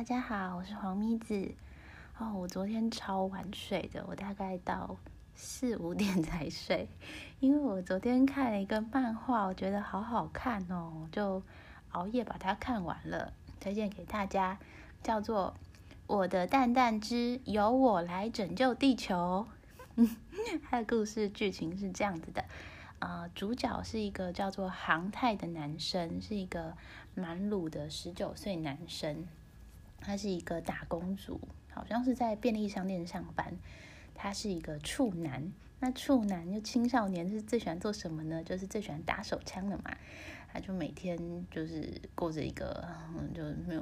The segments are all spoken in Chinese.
家好，我是黄咪子。我昨天超晚睡的，我大概到4-5点才睡，因为我昨天看了一个漫画，我觉得好好看哦，就熬夜把它看完了，推荐给大家，叫做《我的蛋蛋之由我来拯救地球》。它的故事剧情是这样子的。主角是一个叫做航太的男生，是一个蛮鲁的19岁男生。他是一个打工族，好像是在便利商店上班。他是一个处男，那处男就青少年是最喜欢做什么呢？就是最喜欢打手枪的嘛。他就每天就是过着一个就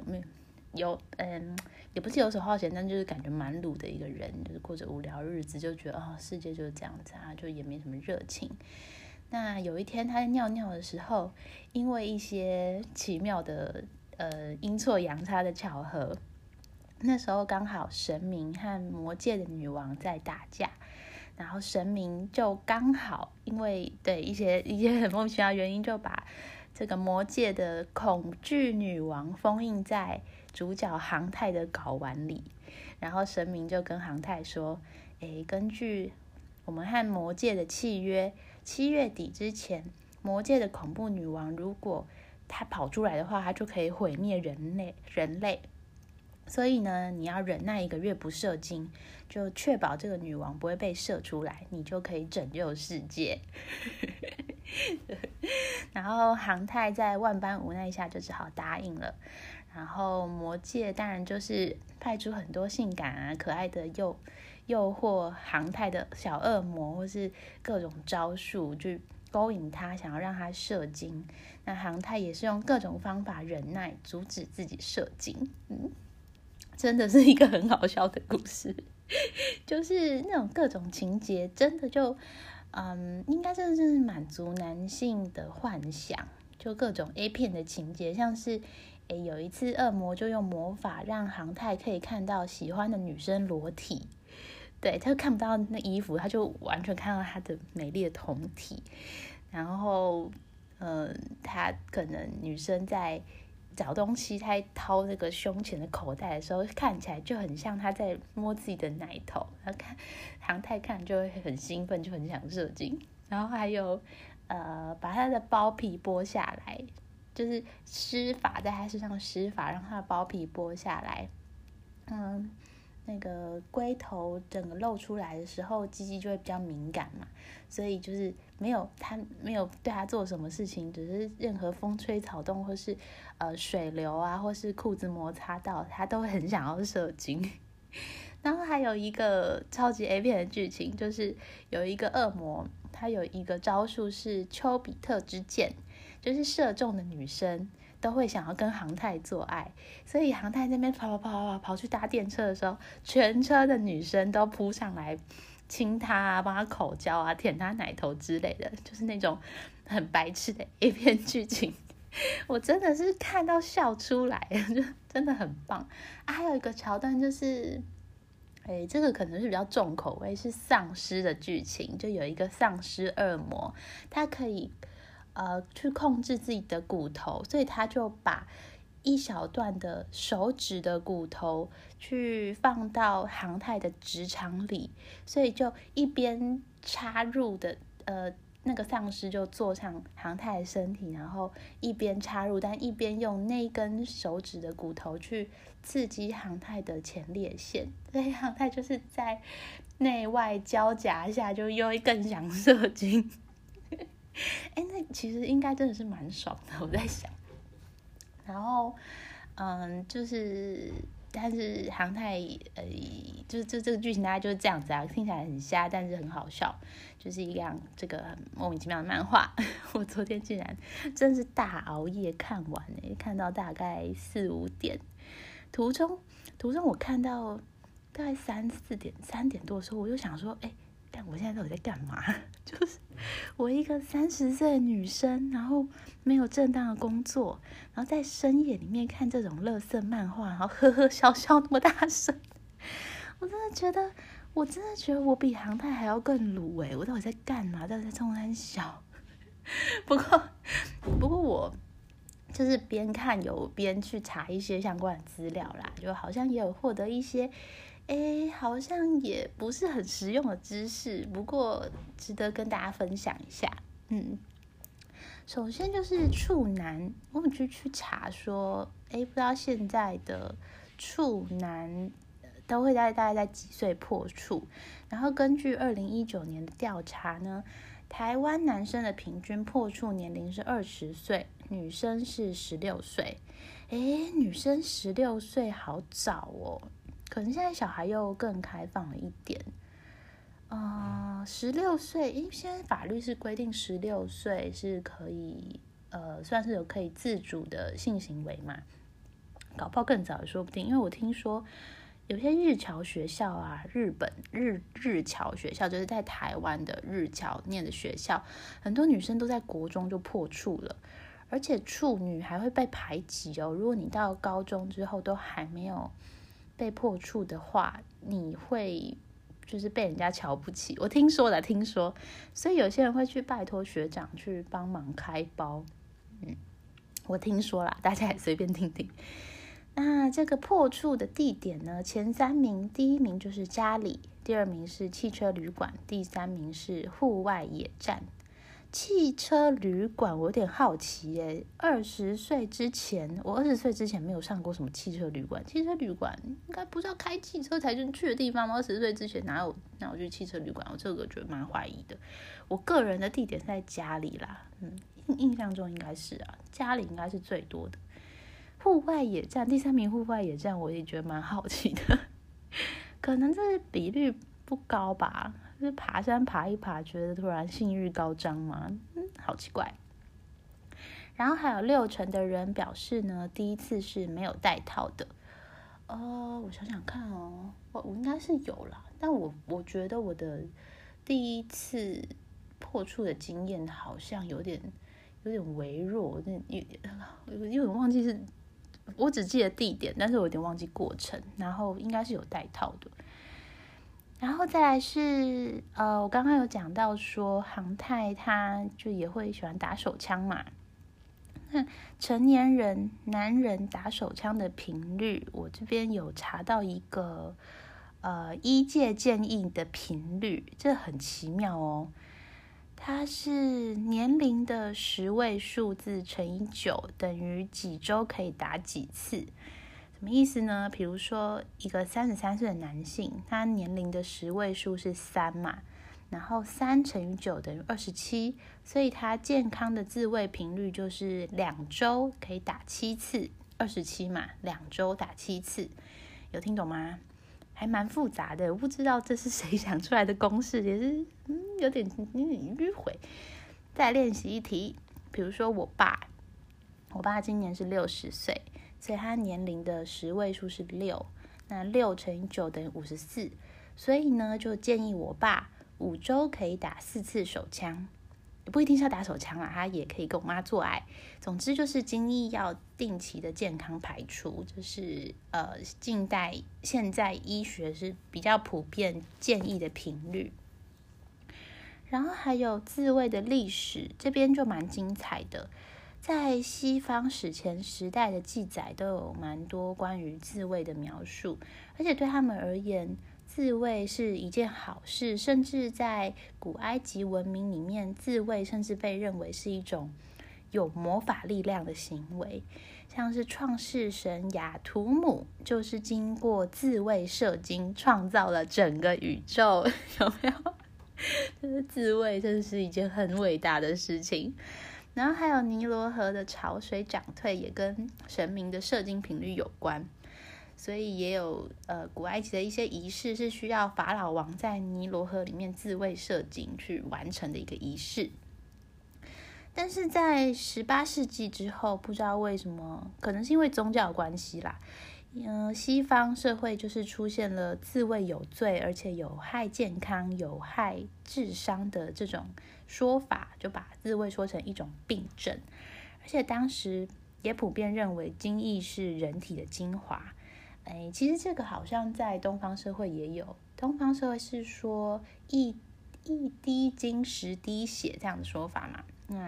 也不是游手好闲，但就是感觉蛮鲁的一个人，就是过着无聊日子，就觉得世界就是这样子啊，就也没什么热情。那有一天他在尿尿的时候，因为一些奇妙的阴错阳差的巧合，那时候刚好神明和魔界的女王在打架，然后神明就刚好因为一些很莫名其妙的原因，就把这个魔界的恐惧女王封印在主角航太的睾丸里，然后神明就跟航太说，根据我们和魔界的契约，7月底之前，魔界的恐怖女王如果她跑出来的话，她就可以毁灭人类。所以呢，你要忍耐1个月不射精，就确保这个女王不会被射出来，你就可以拯救世界。然后航太在万般无奈下就只好答应了。然后魔界当然就是派出很多性感可爱的诱惑航太的小恶魔，或是各种招数去勾引他，想要让他射精。那航太也是用各种方法忍耐，阻止自己射精。真的是一个很好笑的故事，就是那种各种情节，真的就应该真的是满足男性的幻想，就各种 A 片的情节，像是有一次恶魔就用魔法让航太可以看到喜欢的女生裸体，对，他就看不到那衣服，他就完全看到她的美丽的胴体。然后他可能女生在找东西，他掏那个胸前的口袋的时候，看起来就很像他在摸自己的奶头，然后航太看就会很兴奋，就很想射精。然后还有把他的包皮剥下来，就是施法，在他身上施法，让他的包皮剥下来。那个龟头整个露出来的时候，鸡鸡就会比较敏感嘛，所以就是他没有对他做什么事情，只是任何风吹草动或是水流啊，或是裤子摩擦到，他都会很想要射精。然后还有一个超级 A 片的剧情，就是有一个恶魔，他有一个招数是丘比特之箭，就是射中的女生都会想要跟航太做爱，所以航太那边跑去搭电车的时候，全车的女生都扑上来亲他啊，帮他口交啊，舔他奶头之类的，就是那种很白痴的 A 片剧情。我真的是看到笑出来，就真的很棒还有一个桥段就是这个可能是比较重口味，是丧尸的剧情，就有一个丧尸恶魔，他可以去控制自己的骨头，所以他就把一小段的手指的骨头去放到航太的直肠里，所以就一边插入的那个丧尸就坐上航太的身体，然后一边插入，但一边用那根手指的骨头去刺激航太的前列腺，所以航太就是在内外交夹下就又更想射精。那其实应该真的是蛮爽的，我在想。然后就是但是航太就是这个剧情大概就是这样子啊，听起来很瞎，但是很好笑，就是一样这个很莫名其妙的漫画。我昨天竟然真是大熬夜看完看到大概4-5点，途中我看到大概3点多的时候，我就想说我现在到底在干嘛？就是我一个30岁的女生，然后没有正当的工作，然后在深夜里面看这种垃圾漫画，然后呵呵笑那么大声，我真的觉得我比航太还要更鲁我到底在干嘛？到底在冲三小？不过我就是边看有边去查一些相关的资料啦，就好像也有获得一些好像也不是很实用的知识，不过值得跟大家分享一下。首先就是处男，我们去查说，不知道现在的处男都会大概在几岁破处，然后根据2019年的调查呢，台湾男生的平均破处年龄是20岁，女生是16岁。女生16岁好早哦，可能现在小孩又更开放了一点。16岁，因为现在法律是规定16岁是可以，算是有可以自主的性行为嘛，搞不好更早也说不定。因为我听说有些日侨学校啊，日侨学校就是在台湾的日侨念的学校，很多女生都在国中就破处了，而且处女还会被排挤哦。如果你到高中之后都还没有被破处的话，你会就是被人家瞧不起。我听说，所以有些人会去拜托学长去帮忙开包。我听说啦，大家也随便听听。那这个破处的地点呢，前3名，第1名就是家里，第2名是汽车旅馆，第3名是户外野战。汽车旅馆我有点好奇耶，20岁之前，我20岁之前没有上过什么汽车旅馆。汽车旅馆应该不是要开汽车才能去的地方吗？20岁之前哪有去汽车旅馆？我这个觉得蛮怀疑的。我个人的地点是在家里啦，印象中应该是家里应该是最多的。户外野战第3名，户外野战我也觉得蛮好奇的，可能这比率不高吧，就是爬山爬一爬，觉得突然性欲高涨嘛，好奇怪。然后还有60%的人表示呢，第一次是没有戴套的。我想想看哦，我应该是有啦，但我觉得我的第一次破处的经验好像有点微弱，有点忘记是。我只记得地点，但是我有点忘记过程，然后应该是有戴套的。然后再来是我刚刚有讲到说航太他就也会喜欢打手枪嘛，那成年人男人打手枪的频率，我这边有查到一个医界建议的频率，这很奇妙哦。它是年龄的10位数字乘以9，等于几周可以打几次。什么意思呢？比如说一个33岁的男性，他年龄的10位数是3嘛，然后3乘以9等于27，所以他健康的自慰频率就是2周可以打7次，27嘛，2周打7次，有听懂吗？还蛮复杂的，我不知道这是谁想出来的公式，也是有点迂回。再练习一题，比如说我爸今年是60岁，所以他年龄的10位数是6，那6乘以9等于54，所以呢就建议我爸5周可以打4次手枪。不一定是要打手枪啦，他也可以跟我妈做爱。总之就是精液要定期的健康排出，就是现在医学是比较普遍建议的频率。然后还有自慰的历史，这边就蛮精彩的。在西方史前时代的记载都有蛮多关于自慰的描述，而且对他们而言，自慰是一件好事，甚至在古埃及文明里面，自慰甚至被认为是一种有魔法力量的行为。像是创世神亚图姆就是经过自慰射精创造了整个宇宙，有没有？就是自慰真是一件很伟大的事情。然后还有尼罗河的潮水涨退也跟神明的射精频率有关，所以也有古埃及的一些仪式是需要法老王在尼罗河里面自慰射精去完成的一个仪式。但是在18世纪之后，不知道为什么，可能是因为宗教的关系啦，西方社会就是出现了自慰有罪，而且有害健康、有害智商的这种说法，就把自慰说成一种病症。而且当时也普遍认为精液是人体的精华。其实这个好像在东方社会也有，东方社会是说一滴精10滴血这样的说法嘛。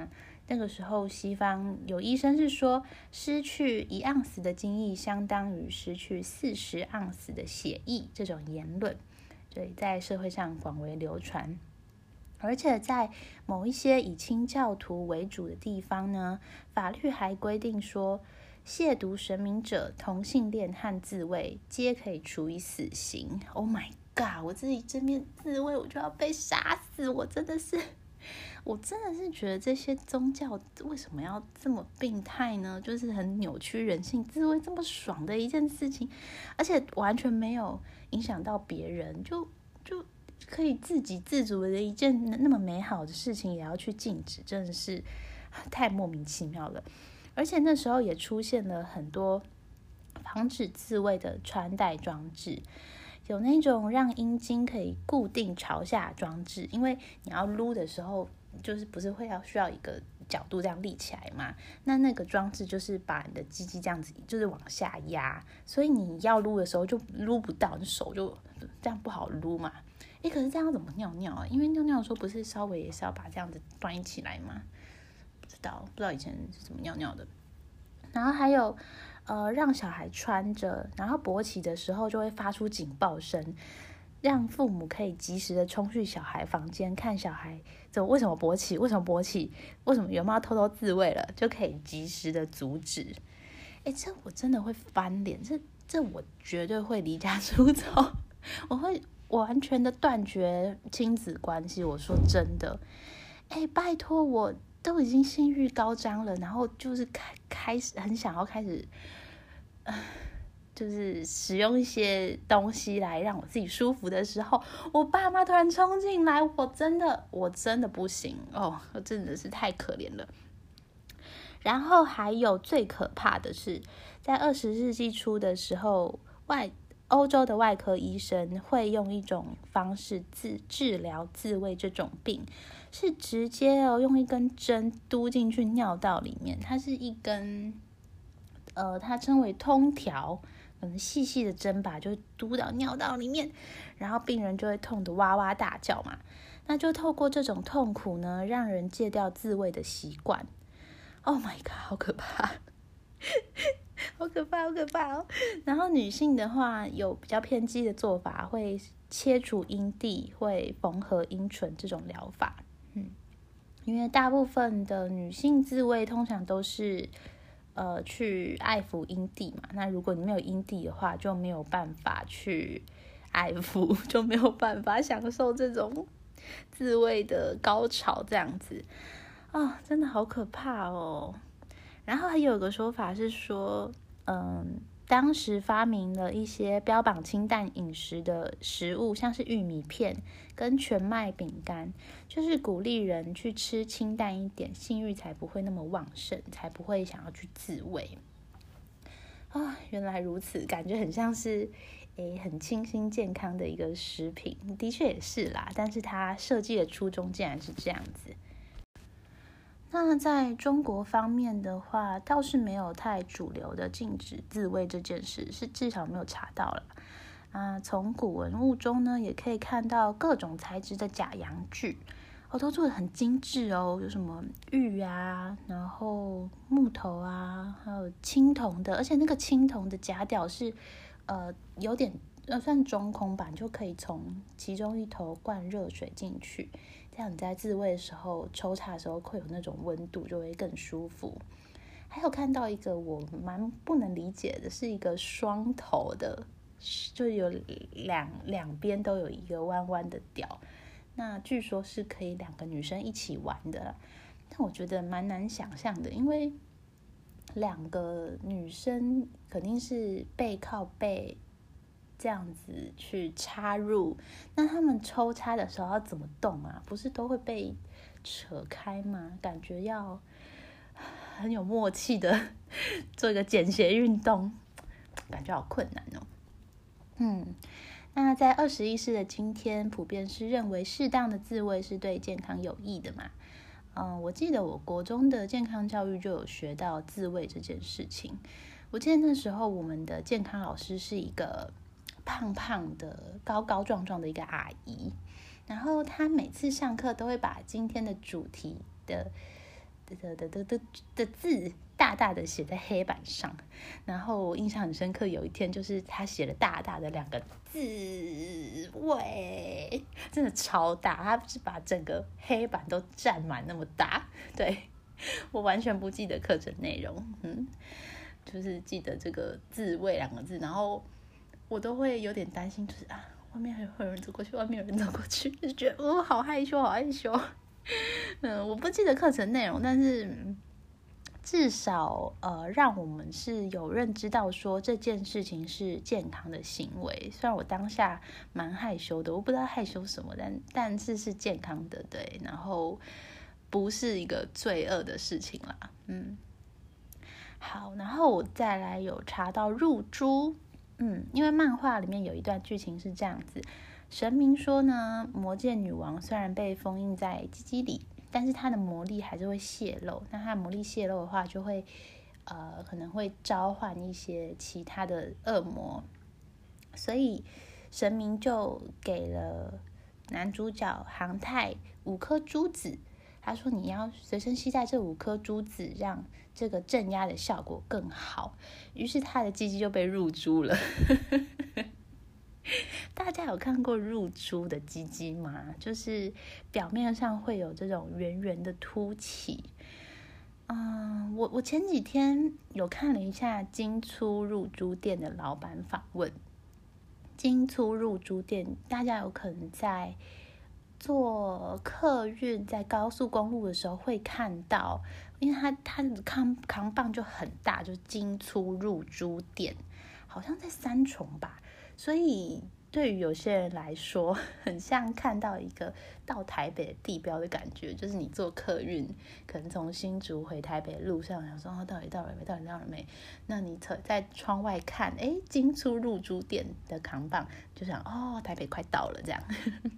那个时候西方有医生是说，失去1盎司的精液相当于失去40盎司的血液，这种言论，所以在社会上广为流传。而且在某一些以清教徒为主的地方呢，法律还规定说，亵渎神明者、同性恋和自卫皆可以处以死刑。Oh my god！ 我自己这边自卫，我就要被杀死！我真的是觉得这些宗教为什么要这么病态呢？就是很扭曲人性，自卫这么爽的一件事情，而且完全没有影响到别人，就可以自给自足的一件那么美好的事情也要去禁止，真的是太莫名其妙了。而且那时候也出现了很多防止自慰的穿戴装置，有那种让阴茎可以固定朝下装置，因为你要撸的时候就是不是会需要一个角度这样立起来嘛，那个装置就是把你的鸡鸡这样子就是往下压，所以你要撸的时候就撸不到，你手就这样不好撸嘛。可是这样怎么尿尿啊？因为尿尿的时候不是稍微也是要把这样子端起来吗？不知道以前是怎么尿尿的。然后还有让小孩穿着，然后勃起的时候就会发出警报声，让父母可以及时的冲去小孩房间看小孩为什么勃起，为什么有没有偷偷自慰了，就可以及时的阻止。这我真的会翻脸，这我绝对会离家出走，我会完全的断绝亲子关系。我说真的，拜托，我都已经性欲高涨了，然后就是开始很想要开始就是使用一些东西来让我自己舒服的时候，我爸妈突然冲进来，我真的不行哦，我真的是太可怜了。然后还有最可怕的是，在20世纪初的时候，欧洲的外科医生会用一种方式治疗自慰这种病，是直接用一根针嘟进去尿道里面，它是一根它称为通条，可能细细的针吧，就嘟到尿道里面，然后病人就会痛得哇哇大叫嘛。那就透过这种痛苦呢，让人戒掉自慰的习惯。Oh my god， 好可怕！好可怕哦！然后女性的话，有比较偏激的做法，会切除阴蒂，会缝合阴唇这种疗法。因为大部分的女性自慰通常都是去爱抚阴蒂嘛，那如果你没有阴蒂的话，就没有办法去爱抚，就没有办法享受这种自慰的高潮，这样子真的好可怕哦。然后还有个说法是说，当时发明了一些标榜清淡饮食的食物，像是玉米片跟全麦饼干，就是鼓励人去吃清淡一点，性欲才不会那么旺盛，才不会想要去自慰。原来如此，感觉很像是很清新健康的一个食品，的确也是啦，但是它设计的初衷竟然是这样子。那在中国方面的话，倒是没有太主流的禁止自慰这件事，是至少没有查到了。从古文物中呢，也可以看到各种材质的假阳具，都做得很精致哦，有什么玉啊，然后木头啊，还有青铜的，而且那个青铜的假屌是有点算中空版，就可以从其中一头灌热水进去，这样你在自慰的时候抽插的时候会有那种温度，就会更舒服。还有看到一个我蛮不能理解的，是一个双头的，就有两边都有一个弯弯的屌，那据说是可以2个女生一起玩的，但我觉得蛮难想象的，因为2个女生肯定是背靠背这样子去插入，那他们抽插的时候要怎么动啊？不是都会被扯开吗？感觉要很有默契的做一个简谐运动，感觉好困难哦。那在21世的今天，普遍是认为适当的自慰是对健康有益的嘛。我记得我国中的健康教育就有学到自慰这件事情。我记得那时候我们的健康老师是一个胖胖的、高高壮壮的一个阿姨，然后她每次上课都会把今天的主题的的字大大的写在黑板上，然后我印象很深刻，有一天就是他写了大大的2个自慰，真的超大，他是把整个黑板都占满那么大。对，我完全不记得课程内容，就是记得这个自慰2个字，然后我都会有点担心，就是外面会有人走过去，外面有人走过去，就觉得好害羞，好害羞。我不记得课程内容，但是至少让我们是有认知到说这件事情是健康的行为。虽然我当下蛮害羞的，我不知道害羞什么，但是健康的，对，然后不是一个罪恶的事情啦。好，然后我再来有查到入珠，因为漫画里面有一段剧情是这样子。神明说呢，魔界女王虽然被封印在鸡鸡里，但是她的魔力还是会泄露。那她的魔力泄露的话，就会可能会召唤一些其他的恶魔，所以神明就给了男主角航太5颗珠子。他说你要随身携带这5颗珠子，让这个镇压的效果更好。于是他的鸡鸡就被入珠了。大家有看过入珠的鸡鸡吗？就是表面上会有这种圆圆的凸起。我前几天有看了一下金粗入珠店的老板访问。金粗入珠店，大家有可能在坐客运在高速公路的时候会看到，因为它的扛棒就很大，就是金粗入珠店，好像在3重吧，所以对于有些人来说，很像看到一个到台北的地标的感觉，就是你坐客运，可能从新竹回台北的路上，想说到底到了没？那你在窗外看，金粗入珠店的扛棒，就想台北快到了这样。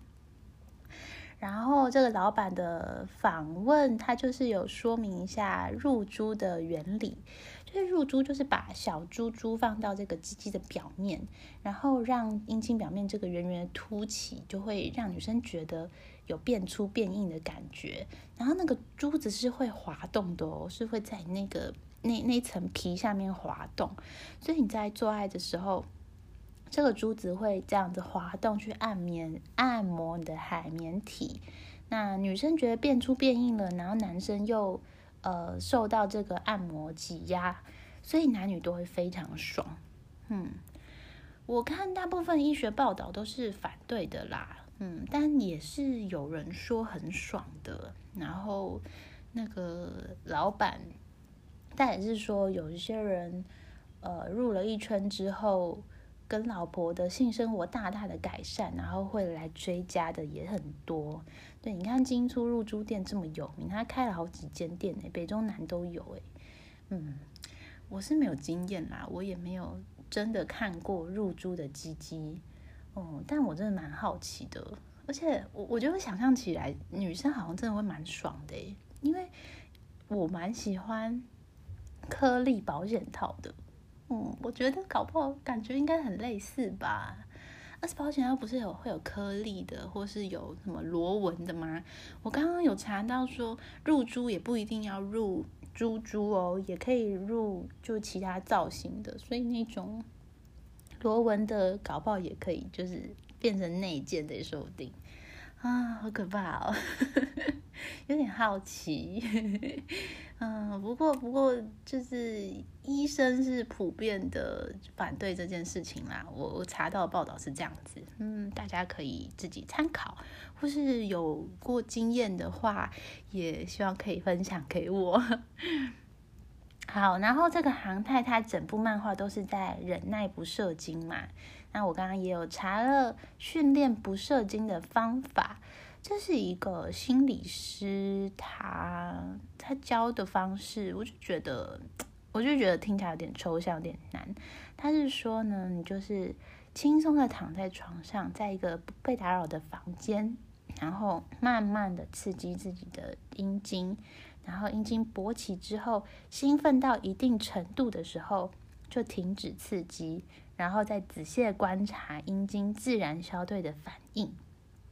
然后这个老板的访问，他就是有说明一下入珠的原理，就是入珠就是把小珠珠放到这个鸡鸡的表面，然后让阴茎表面这个圆圆的凸起，就会让女生觉得有变粗变硬的感觉。然后那个珠子是会滑动的哦，是会在那层皮下面滑动，所以你在做爱的时候，这个珠子会这样子滑动去按摩你的海绵体，那女生觉得变粗变硬了，然后男生又受到这个按摩挤压，所以男女都会非常爽。我看大部分医学报道都是反对的啦，但也是有人说很爽的。然后那个老板但也是说有一些人入了一圈之后，跟老婆的性生活大大的改善，然后会来追加的也很多。对，你看金粗入珠店这么有名，他开了好几间店，北中南都有。我是没有经验啦，我也没有真的看过入珠的鸡鸡，但我真的蛮好奇的。而且我就会想象起来，女生好像真的会蛮爽的，因为我蛮喜欢颗粒保险套的。我觉得搞不好感觉应该很类似吧。而且保险套不是会有颗粒的，或是有什么螺纹的吗？我刚刚有查到说，入珠也不一定要入珠珠哦，也可以入就其他造型的，所以那种螺纹的搞不好也可以，就是变成内件的也说不定。好可怕哦，有点好奇。不过就是医生是普遍的反对这件事情啦。我查到的报道是这样子，大家可以自己参考，或是有过经验的话，也希望可以分享给我。好，然后这个航太它整部漫画都是在忍耐不射精嘛。那我刚刚也有查了训练不射精的方法，这是一个心理师他教的方式，我就觉得听起来有点抽象，有点难。他是说呢，你就是轻松的躺在床上，在一个不被打扰的房间，然后慢慢的刺激自己的阴茎，然后阴茎勃起之后，兴奋到一定程度的时候就停止刺激，然后再仔细的观察阴茎自然消退的反应。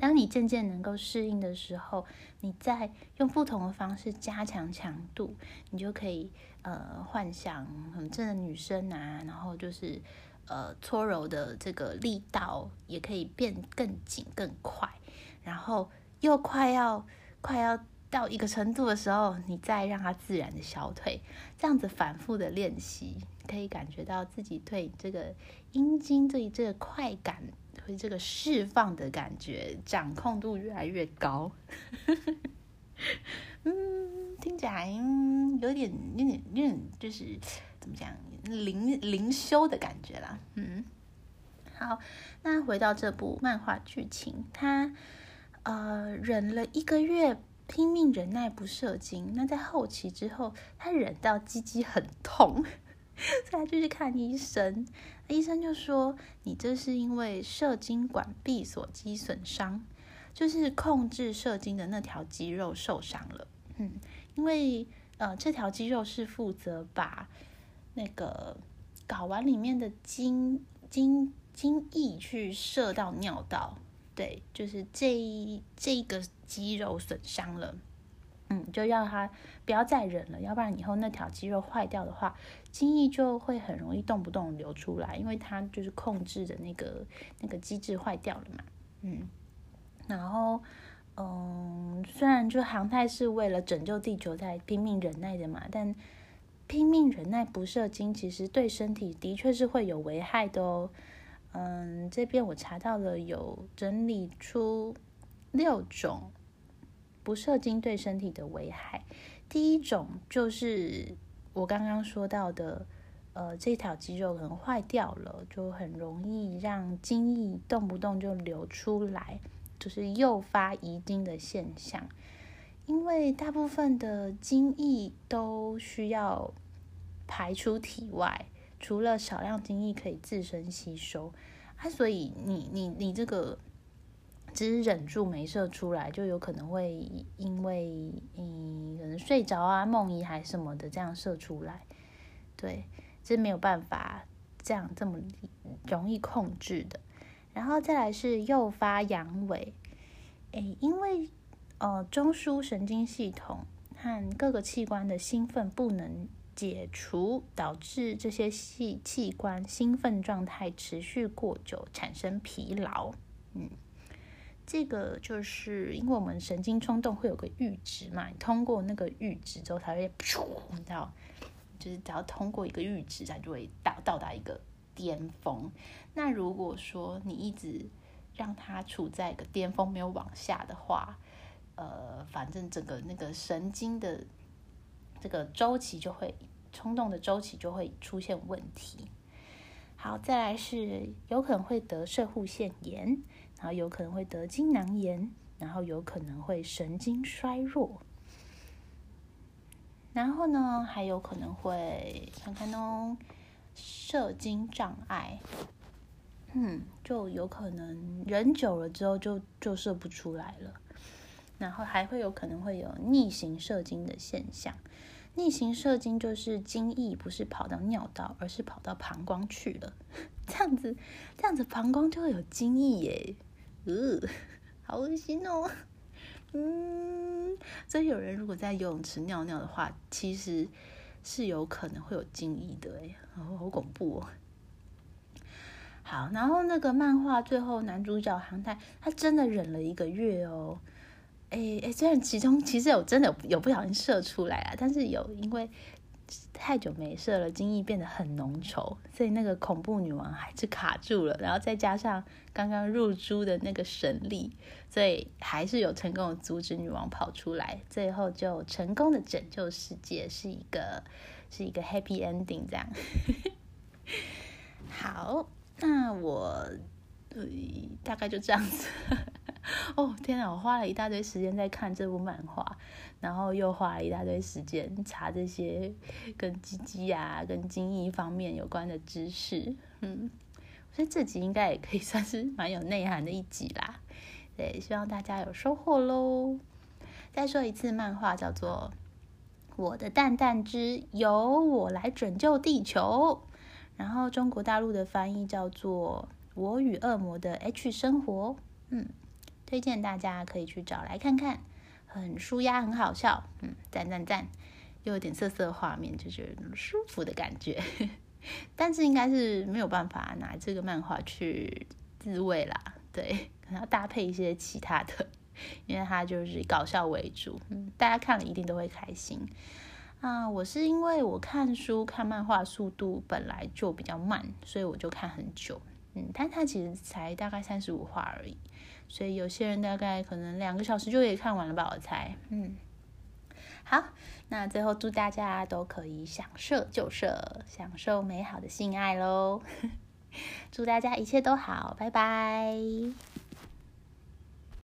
当你渐渐能够适应的时候，你再用不同的方式加强强度，你就可以幻想很正的女生啊，然后就是搓揉的这个力道也可以变更紧更快，然后又快要到一个程度的时候，你再让它自然的消退，这样子反复的练习，可以感觉到自己对这个阴茎对这个快感对这个释放的感觉掌控度越来越高。听起来有点就是怎么讲灵修的感觉啦。好，那回到这部漫画剧情，他忍了1个月，拼命忍耐不射精。那在后期之后，他忍到鸡鸡很痛，所以他就去看医生。医生就说：“你这是因为射精管闭锁肌损伤，就是控制射精的那条肌肉受伤了。因为这条肌肉是负责把那个睾丸里面的精液去射到尿道。”对，就是这个肌肉损伤了，就让他不要再忍了，要不然以后那条肌肉坏掉的话，精液就会很容易动不动流出来，因为它就是控制的那个机制坏掉了嘛。然后虽然就航太是为了拯救地球在拼命忍耐的嘛，但拼命忍耐不射精，其实对身体的确是会有危害的哦。这边我查到了，有整理出6种不射精对身体的危害。第一种就是我刚刚说到的，这条肌肉可能坏掉了，就很容易让精液动不动就流出来，就是诱发遗精的现象。因为大部分的精液都需要排出体外，除了少量精液可以自身吸收，所以你这个只是忍住没射出来，就有可能会因为可能睡着啊、梦遗还什么的这样射出来。对，这没有办法这么容易控制的。然后再来是诱发阳痿，因为中枢神经系统和各个器官的兴奋不能解除，导致这些器官兴奋状态持续过久，产生疲劳。这个就是因为我们神经冲动会有个阈值嘛，你通过那个阈值之后才会你知道，就是只要通过一个阈值，它就会到达一个巅峰。那如果说你一直让它处在一个巅峰没有往下的话，反正整个那个神经的这个周期就会冲动的周期就会出现问题。好，再来是有可能会得摄护腺炎，然后有可能会得精囊炎，然后有可能会神经衰弱，然后呢还有可能会看看射精障碍，就有可能忍久了之后就射不出来了。然后还会有可能会有逆行射精的现象。逆行射精就是精液不是跑到尿道，而是跑到膀胱去了。这样子膀胱就会有精液耶，好恶心哦。所以有人如果在游泳池尿尿的话，其实是有可能会有精液的耶，好恐怖哦。好，然后那个漫画最后男主角航太他真的忍了1个月哦。虽然其中其实真的有不小心射出来啊，但是因为太久没射了，精液变得很浓稠，所以那个恐怖女王还是卡住了，然后再加上刚刚入珠的那个神力，所以还是有成功的阻止女王跑出来，最后就成功的拯救世界，是一个 happy ending 这样。好，那我大概就这样子。天哪，我花了一大堆时间在看这部漫画，然后又花了一大堆时间查这些跟鸡鸡啊跟精液方面有关的知识。我觉得这集应该也可以算是蛮有内涵的一集啦。对，希望大家有收获咯。再说一次，漫画叫做《我的蛋蛋之由我来拯救地球》，然后中国大陆的翻译叫做《我与恶魔的 H 生活》。 推荐大家可以去找来看看，很舒压，很好笑，赞赞赞，又有点色色画面，就觉得舒服的感觉。但是应该是没有办法拿这个漫画去自慰啦，对，可能要搭配一些其他的，因为它就是搞笑为主，大家看了一定都会开心。我是因为我看书看漫画速度本来就比较慢，所以我就看很久，但它其实才大概35话而已，所以有些人大概可能2个小时就可以看完了吧，我猜。好，那最后祝大家都可以想射就射，享受美好的性爱咯。祝大家一切都好，拜拜。